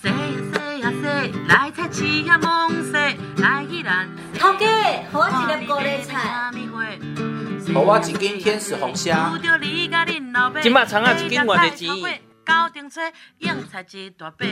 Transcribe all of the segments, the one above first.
洗呀洗，来菜市呀忙洗，来去咱。 头家，给我一粒高丽菜。 给我一斤天使红虾。 今麦葱啊，一斤偌济钱？ 高顶吹，用菜一大杯。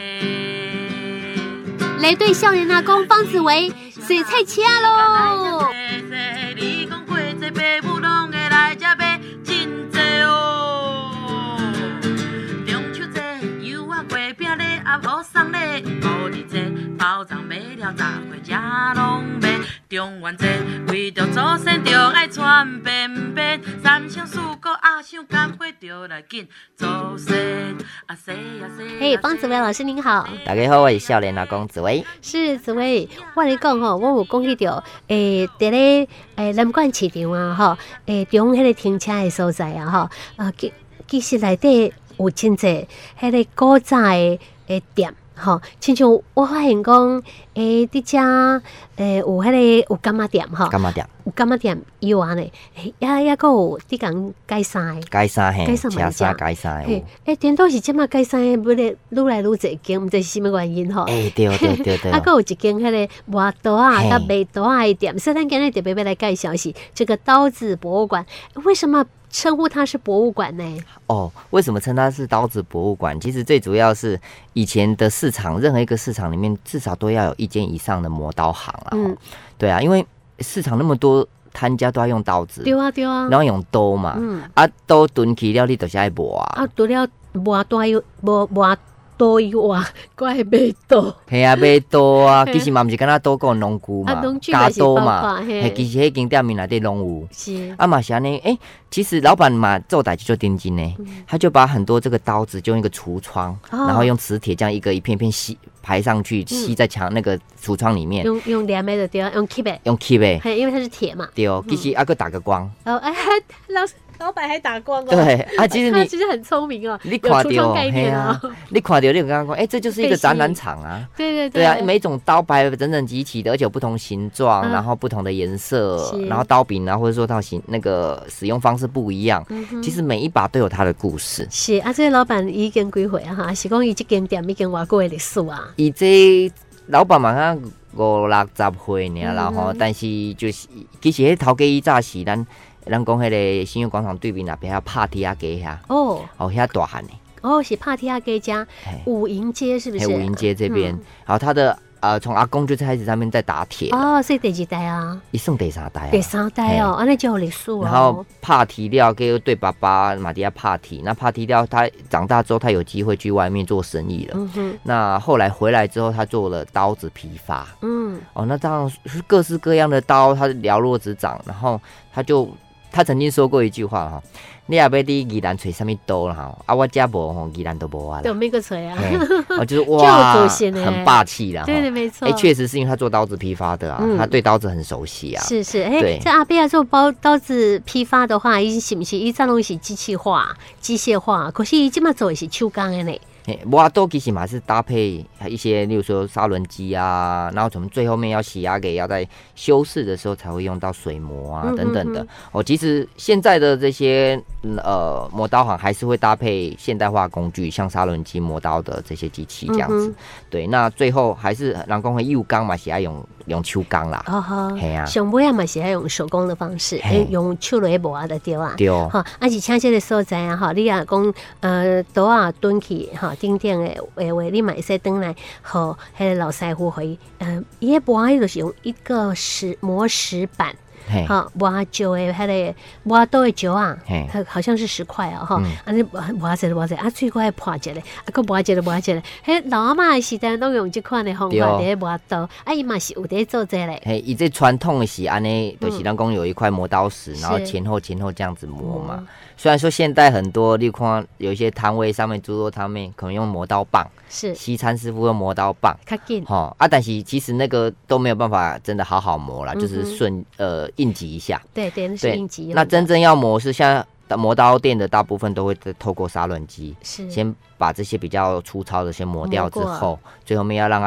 来对少年阿公方子维洗菜车喽！ 你讲过这爸母拢会来这买真济哦。中秋节油啊月饼咧，啊无送咧，五日节包粽买了十岁才拢买。中元节为着祖先着爱穿便便，三生四果啊想干花着来紧祖先啊洗啊洗。 嘿，方子维老师您好。 大家好，我是少年阿公子维。 是子维，我跟你讲吼，我有讲起着，伫咧南管市场啊，吼，中迄个停车的所在啊，吼，其实内底有真济迄个古早的店。吼，亲像我发现讲，伫遮有迄个有柑仔店吼， 柑仔店有柑仔店有安尼，也阁有伫共改衫的， 改衫嘿， 改衫嘛车衫改衫嘿，颠倒是即马改衫的，愈来愈济间，毋知是啥物原因吼。 对对。 啊，阁有一间迄个磨刀啊，甲卖刀啊的店，所以咱今日特别要来介绍是这个刀子博物馆，为什么称呼它是博物馆呢？ 哦，为什么称它是刀子博物馆？其实最主要是以前的市场，任何一个市场里面至少都要有一间以上的磨刀行啊。对啊，因为市场那么多摊家都要用刀子， 对啊， 然后用刀嘛，刀钝起了你就是要磨啊， 除了磨刀又磨刀以外，我还买刀。 系啊，买刀啊，其实嘛毋是敢若刀个农具嘛，加刀嘛，其实迄间店面内底拢有。 是啊嘛是安尼，其实老板嘛做代志就认真呢，他就把很多这个刀子就用一个橱窗，然后用磁铁这样一个一片片吸排上去，吸在墙那个橱窗里面。 用连的就对啊，用 keep 的。 用 keep 的， 因为它是铁嘛。 对哦，其实还佫打个光。 老板还打光哦。 对啊，其实他其实很聪明哦， 你看到， 概念哦。 你看到你有刚刚讲，这就是一个展览场啊。 对啊，每种刀摆整整齐齐的，而且有不同形状，然后不同的颜色，然后刀柄啊，或者说它那个使用方式不一样。其实每一把都有它的故事。 是啊，这个老板已经几岁啊？哈，是讲伊这间店已经偌久的历史啊？ 伊这老板嘛，看50-60岁尔啦吼，但是就是其实迄头家伊早是咱讲迄个新运广场对面那边还有帕提亚街遐哦，遐大汉的哦，是帕提亚街加武营街是不是？ 武营街这边，然后他的从阿公就开始上面在打铁哦，所以第几代啊？ 伊算第三代啊， 第三代哦，安尼就有历史哦。 然后帕提料给对爸爸马蒂亚帕提，那帕提料他长大之后，他有机会去外面做生意了。那后来回来之后，他做了刀子批发。那这样各式各样的刀，他了若指掌。然后他曾经说过一句话哈，你也要在宜兰找什么刀啦哈，我家无吼，宜兰都无啊， 都没个找啊， 就是哇，很霸气啦， 对，没错， 确实是因为他做刀子批发的啊，他对刀子很熟悉啊， 是，在阿伯亚做刀子批发的话，伊是不是伊这拢是机械化，可是伊这么做的是手工的呢？ 磨刀其实嘛是搭配一些，例如说砂轮机啊，然后从最后面要洗压给要在修饰的时候才会用到水磨啊等等的。其实现在的这些磨刀行还是会搭配现代化工具，像砂轮机磨刀的这些机器这样子。对，那最后还是人讲的幼钢嘛，是要用手工啦。系啊， 上尾啊嘛是要用手工的方式，用手来磨的对啊。 对， 哈，而且像这个所在啊，哈，你啊讲刀啊蹲起哈。顶顶的话，你嘛会使转来，和迄个老师傅会，伊个磨就是用一个磨石板，哈，磨石的迄个磨刀的石啊，好像是10块啊，哈，安尼磨一个，啊，最后还破一个，啊，搁磨一个，迄老阿嬷的时代拢用这款的方法伫磨刀，啊，伊嘛是有伫做这嘞。 伊这传统的是安尼，就是咱讲有一块磨刀石，然后前后这样子磨嘛。虽然说现在很多，例如看有一些摊位上面、猪肉摊面可能用磨刀棒， 是西餐师傅用磨刀棒，但是其实那个都没有办法真的好好磨啦，就是应急一下。 对，那是应急。 那真正要磨是像磨刀店的大部分都会透过砂轮机，先把这些比较粗糙的先磨掉之后，最后面要让它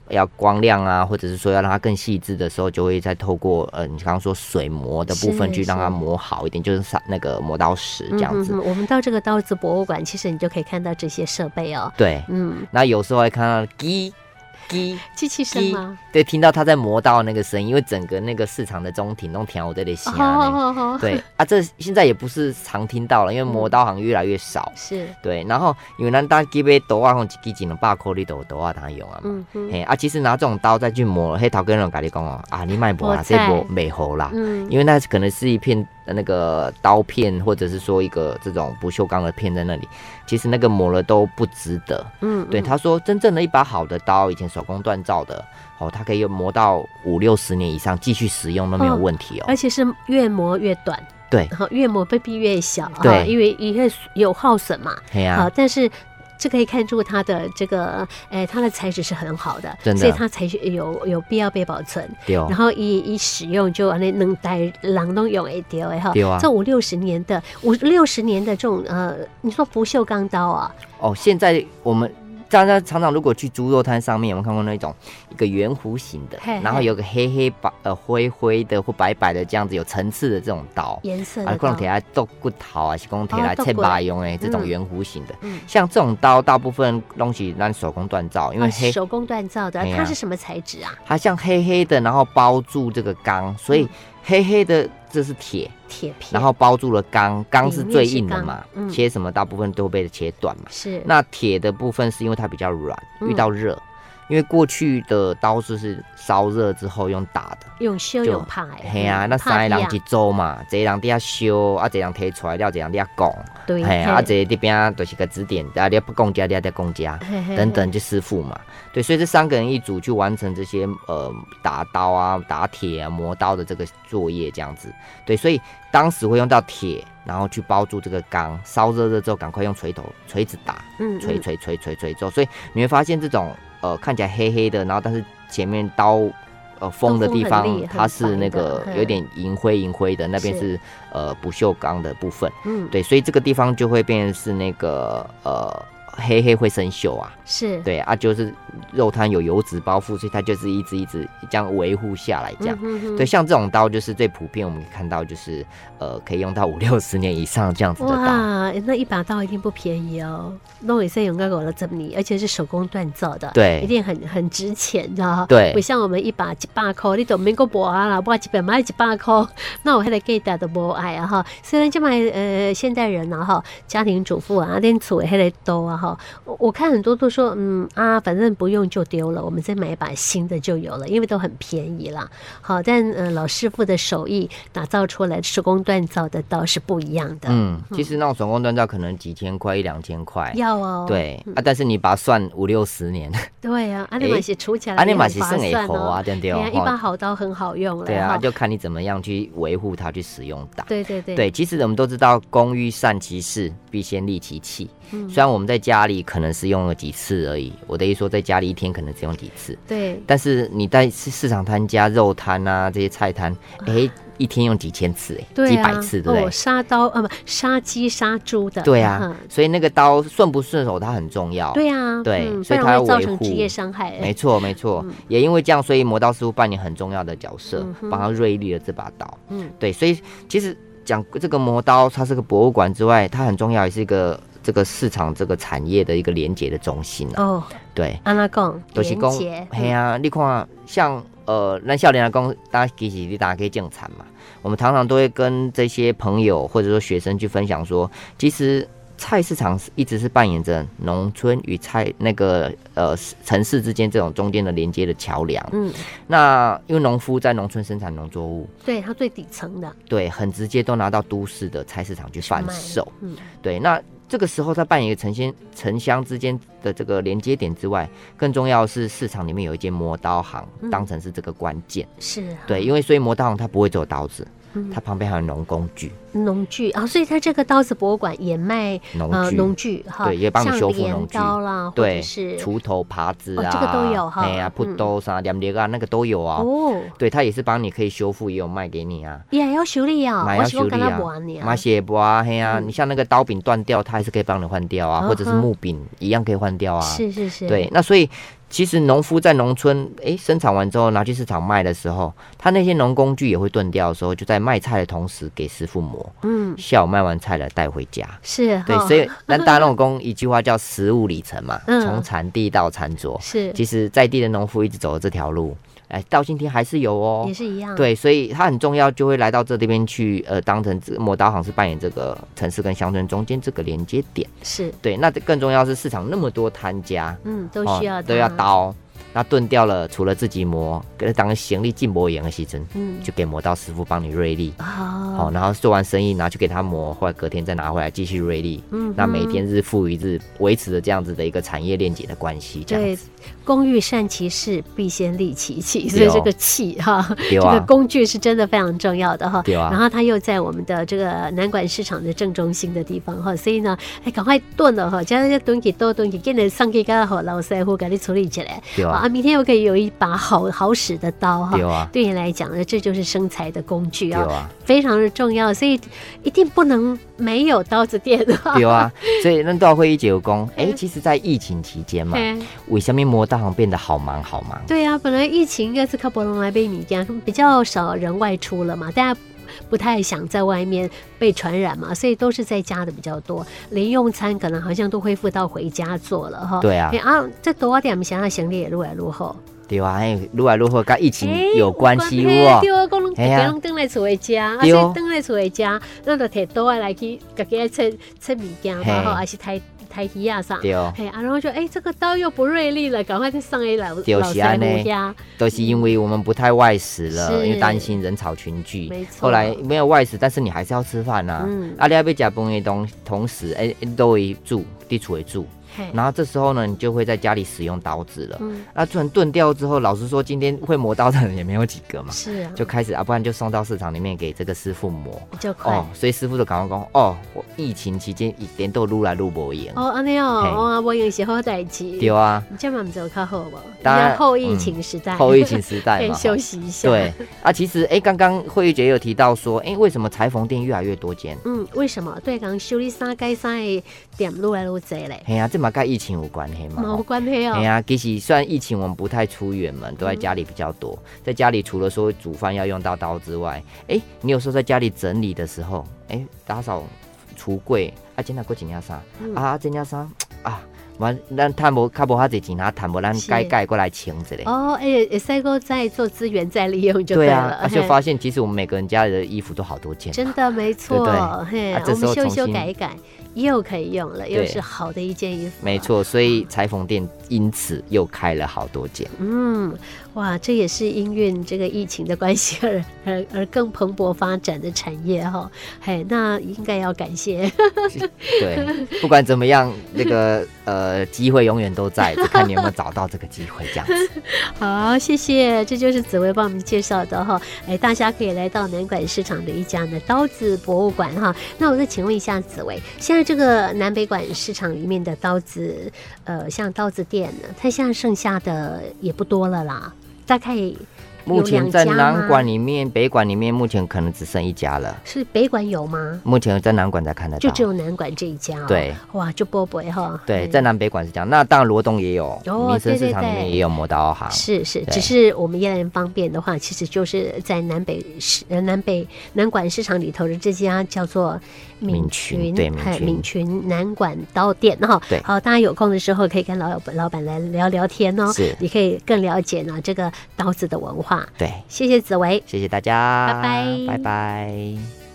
要光亮啊，或者是说要让它更细致的时候，就会再透过你刚刚说水磨的部分去让它磨好一点，就是那个磨刀石这样子。 我们到这个刀子博物馆，其实你就可以看到这些设备哦。 对，那有时候会看到机器声吗？ 对，听到他在磨刀那个声音，因为整个那个市场的中庭都听我在那响。对啊，这现在也不是常听到了，因为磨刀行越来越少。是，对，然后因为咱大几杯刀啊，一支200块你都刀啊，当用啊嘛。其实拿这种刀再去磨，嘿，头家人跟你讲哦，你卖磨啊，这磨没好啦。因为那可能是一片那个刀片，或者是说一个这种不锈钢的片在那里，其实那个磨了都不值得。对，他说真正的一把好的刀，以前手工锻造的，它可以磨到50-60年以上，继续使用都没有问题哦。而且是越磨越短， 对， 越磨被壁越小， 对， 因为有耗损嘛。但是这可以看出它的这个，它的材质是很好的，所以它才有必要被保存。然后一使用就能代人都用得到的哈。这50-60年的这种你说不锈钢刀啊？ 现在我们大家常常如果去猪肉摊上面，有没有看过那种一个圆弧形的，然后有个黑灰的或白的这样子有层次的这种刀， 颜色的刀， 可能提来剁骨头啊，是讲提来切肉用的这种圆弧形的。像这种刀，大部分东西咱手工锻造，因为手工锻造的，它是什么材质啊？ 它像黑的，然后包住这个钢，所以黑的这是铁片， 然后包住了钢是最硬的嘛，切什么大部分都会被切断嘛。 是， 那铁的部分是因为它比较软，遇到热。因为过去的刀是烧热之后用打的， 用烧用拍， 嘿啊，那3个人一组嘛，一个人在烧，啊，一个人提出来了，一个人在讲， 对， 嘿啊，这这边就是个指点，啊，你不讲家，你在讲家，等等，就师傅嘛，对，所以这3个人一组去完成这些打刀啊、打铁啊、磨刀的这个作业，这样子，对，所以当时会用到铁，然后去包住这个钢，烧热之后，赶快用锤子打，锤之后，所以你会发现这种。看起来黑的，然后但是前面刀锋的地方，它是那个有点银灰的，那边是不锈钢的部分。对，所以这个地方就会变成是那个黑会生锈啊。是，对啊，就是肉摊有油脂包覆，所以它就是一直这样维护下来，这样。对，像这种刀就是最普遍，我们可以看到就是可以用到50-60年以上这样子的刀。 哇，那一把刀一定不便宜哦，弄也是用到50年，而且是手工锻造的， 对， 一定很值钱，知道？ 对， 不像我们一把100块，你都没够博啊啦，博100买100块，那我还得给大的博爱啊哈。虽然就买现代人啊哈，家庭主妇啊，连厝还得刀啊哈，我看很多都说反正不用就丢了，我们再买一把新的就有了，因为都很便宜啦。好，但老师傅的手艺打造出来手工锻造的刀是不一样的。 其实那种手工锻造可能几千块1-2000块， 要哦。 对但是你把它算50-60年， 对啊，那嘛是除起来， 那嘛是算会好啊，对不对？ 一把好刀很好用了。 对啊，就看你怎么样去维护它，去使用它。 对， 其实我们都知道，工欲善其事，必先利其器。虽然我们在家里可能是用了几次而已，我的意思说在家里一天可能只用几次， 对。 但是你在市场摊家、肉摊啊这些菜摊，一天用几千次，几百次，对不对？ 杀刀杀鸡杀猪的， 对啊。所以那个刀顺不顺手它很重要， 对啊， 对，所以它要维护， 造成职业伤害。 没错。也因为这样，所以磨刀师傅扮演很重要的角色，帮他锐利了这把刀。对，所以其实讲这个磨刀，它是个博物馆之外，它很重要，也是一个这个市场这个产业的一个连结的中心对， 安那讲就是讲，嘿啊，你看像咱少年来讲，大家其实你大家可以种产嘛。我们常常都会跟这些朋友或者说学生去分享说，其实菜市场一直是扮演着农村与城市之间这种中间的连接的桥梁。那因为农夫在农村生产农作物， 对，他最底层的， 对，很直接都拿到都市的菜市场去贩售。对，那这个时候它扮演一个城乡之间的这个连接点之外，更重要的是市场里面有一间磨刀行，当成是这个关键。是，对，因为所以磨刀行它不会只有刀子，它旁边还有农工具。 所以它这个刀子博物馆也卖农具对，也帮你修复农具， 像镰刀啦， 对， 或者是锄头、耙子啊， 这个都有哈。 铺刀啥、连裂啊，那个都有啊。对，它也是帮你可以修复，也有卖给你啊。 也要修理啊， 要修理啊，买鞋布啊，你像那个刀柄断掉，它还是可以帮你换掉啊，或者是木柄一样可以换掉啊。 是。 对，那所以其实农夫在农村，生产完之后拿去市场卖的时候，他那些农工具也会钝掉的时候，就在卖菜的同时给师傅磨，下午卖完菜了带回家。 是， 对，所以那大农工一句话叫食物里程嘛，从产地到餐桌。是，其实在地的农夫一直走了这条路。到今天还是有哦， 也是一样。 对，所以它很重要，就会来到这边去，当成磨刀行是扮演这个城市跟乡村中间这个连接点。是，对。那更重要是市场那么多摊家，都需要都要刀。那钝掉了，除了自己磨，当行李进磨盐的时阵，就给磨刀师傅帮你锐利。好，然后做完生意拿去给他磨，或者隔天再拿回来继续锐利。那每天日复一日，维持着这样子的一个产业链结的关系。对， 工欲善其事，必先利其器。所以这个器这个工具是真的非常重要的哈。然后它又在我们的这个南管市场的正中心的地方哈，所以呢，赶快炖了哈，将这些炖起多炖起，给你上去刚好老师傅给你处理起来。明天又可以有一把好使的刀哈，对你来讲呢，这就是生财的工具非常的重要，所以一定不能没有刀子店。 对啊，所以那到会议姐有讲，其实在疫情期间嘛，为什么磨刀行变得好忙好忙？ 对啊，本来疫情应该是靠不能来被米家，比较少人外出了嘛，大家不太想在外面被传染嘛，所以都是在家的比较多，连用餐可能好像都恢复到回家做了哈。 对啊， 这多点想要行李也愈来愈好。 对啊，愈来愈好，跟疫情有关系哇。 对啊，讲拢大家拢回来厝的家，所以回来厝的家，咱就摕刀来去自己来切物件嘛吼，还是抬鱼啊啥，然后就这个刀又不锐利了，赶快再上老师傅家。 都是因为我们不太外食了，因为担心人潮群聚。没错。后来没有外食，但是你还是要吃饭啊。你要被吃饭的同时，都会煮，地处为煮。然后这时候呢，你就会在家里使用刀子了。那突然钝掉之后，老实说，今天会磨刀的人也没有几个嘛。是啊。就开始不然就送到市场里面给这个师傅磨， 比较快。 所以师傅就赶快讲，我疫情期间一点都愈来愈无闲。 安尼无闲是好代志。 对啊。 你这嘛不就较好无？当然后疫情时代。 后疫情时代嘛。 休息一下。 对其实刚刚慧玉姐有提到说，为什么裁缝店越来越多间？ 为什么？对，刚修理衫改衫的店愈来愈多嘞。 这嘛跟疫情有关系嘛？ 有关系其实虽然疫情我们不太出远门，都在家里比较多。在家里除了说煮饭要用到刀之外，你有时候在家里整理的时候，打扫橱柜，今仔过一件衫，这件衫咱赚无较无遐济钱，赚无咱改过来清一下。 会使个再做资源再利用就对了。 就发现其实我们每个人家里的衣服都好多件。 真的没错，我们修修改改又可以用了，又是好的一件衣服。 没错，所以裁缝店因此又开了好多件。 哇，这也是因为这个疫情的关系而更蓬勃发展的产业哈。那应该要感谢。 对，不管怎么样，那个机会永远都在，只看你有没有找到这个机会，这样子。 好，谢谢，这就是紫薇帮我们介绍的哈。大家可以来到南管市场的一家呢刀子博物馆哈。那我再请问一下紫薇，现在这个南北馆市场里面的刀子，像刀子店呢，它现在剩下的也不多了啦，大概目前在南馆里面、北馆里面，目前可能只剩一家了。 是北馆有吗？ 目前在南馆才看得到， 就只有南馆这一家。对，哇，就波波哈。 对，在南北馆是这样。那当然罗东也有，民生市场里面也有磨刀行。 是，只是我们依然方便的话，其实就是在南馆市场里头的这家叫做闽群，对，闽群南馆刀店哈。对，好，大家有空的时候可以跟老板来聊聊天哦。是，你可以更了解呢这个刀子的文化。对，谢谢紫薇， 谢谢大家， 拜拜， 拜拜。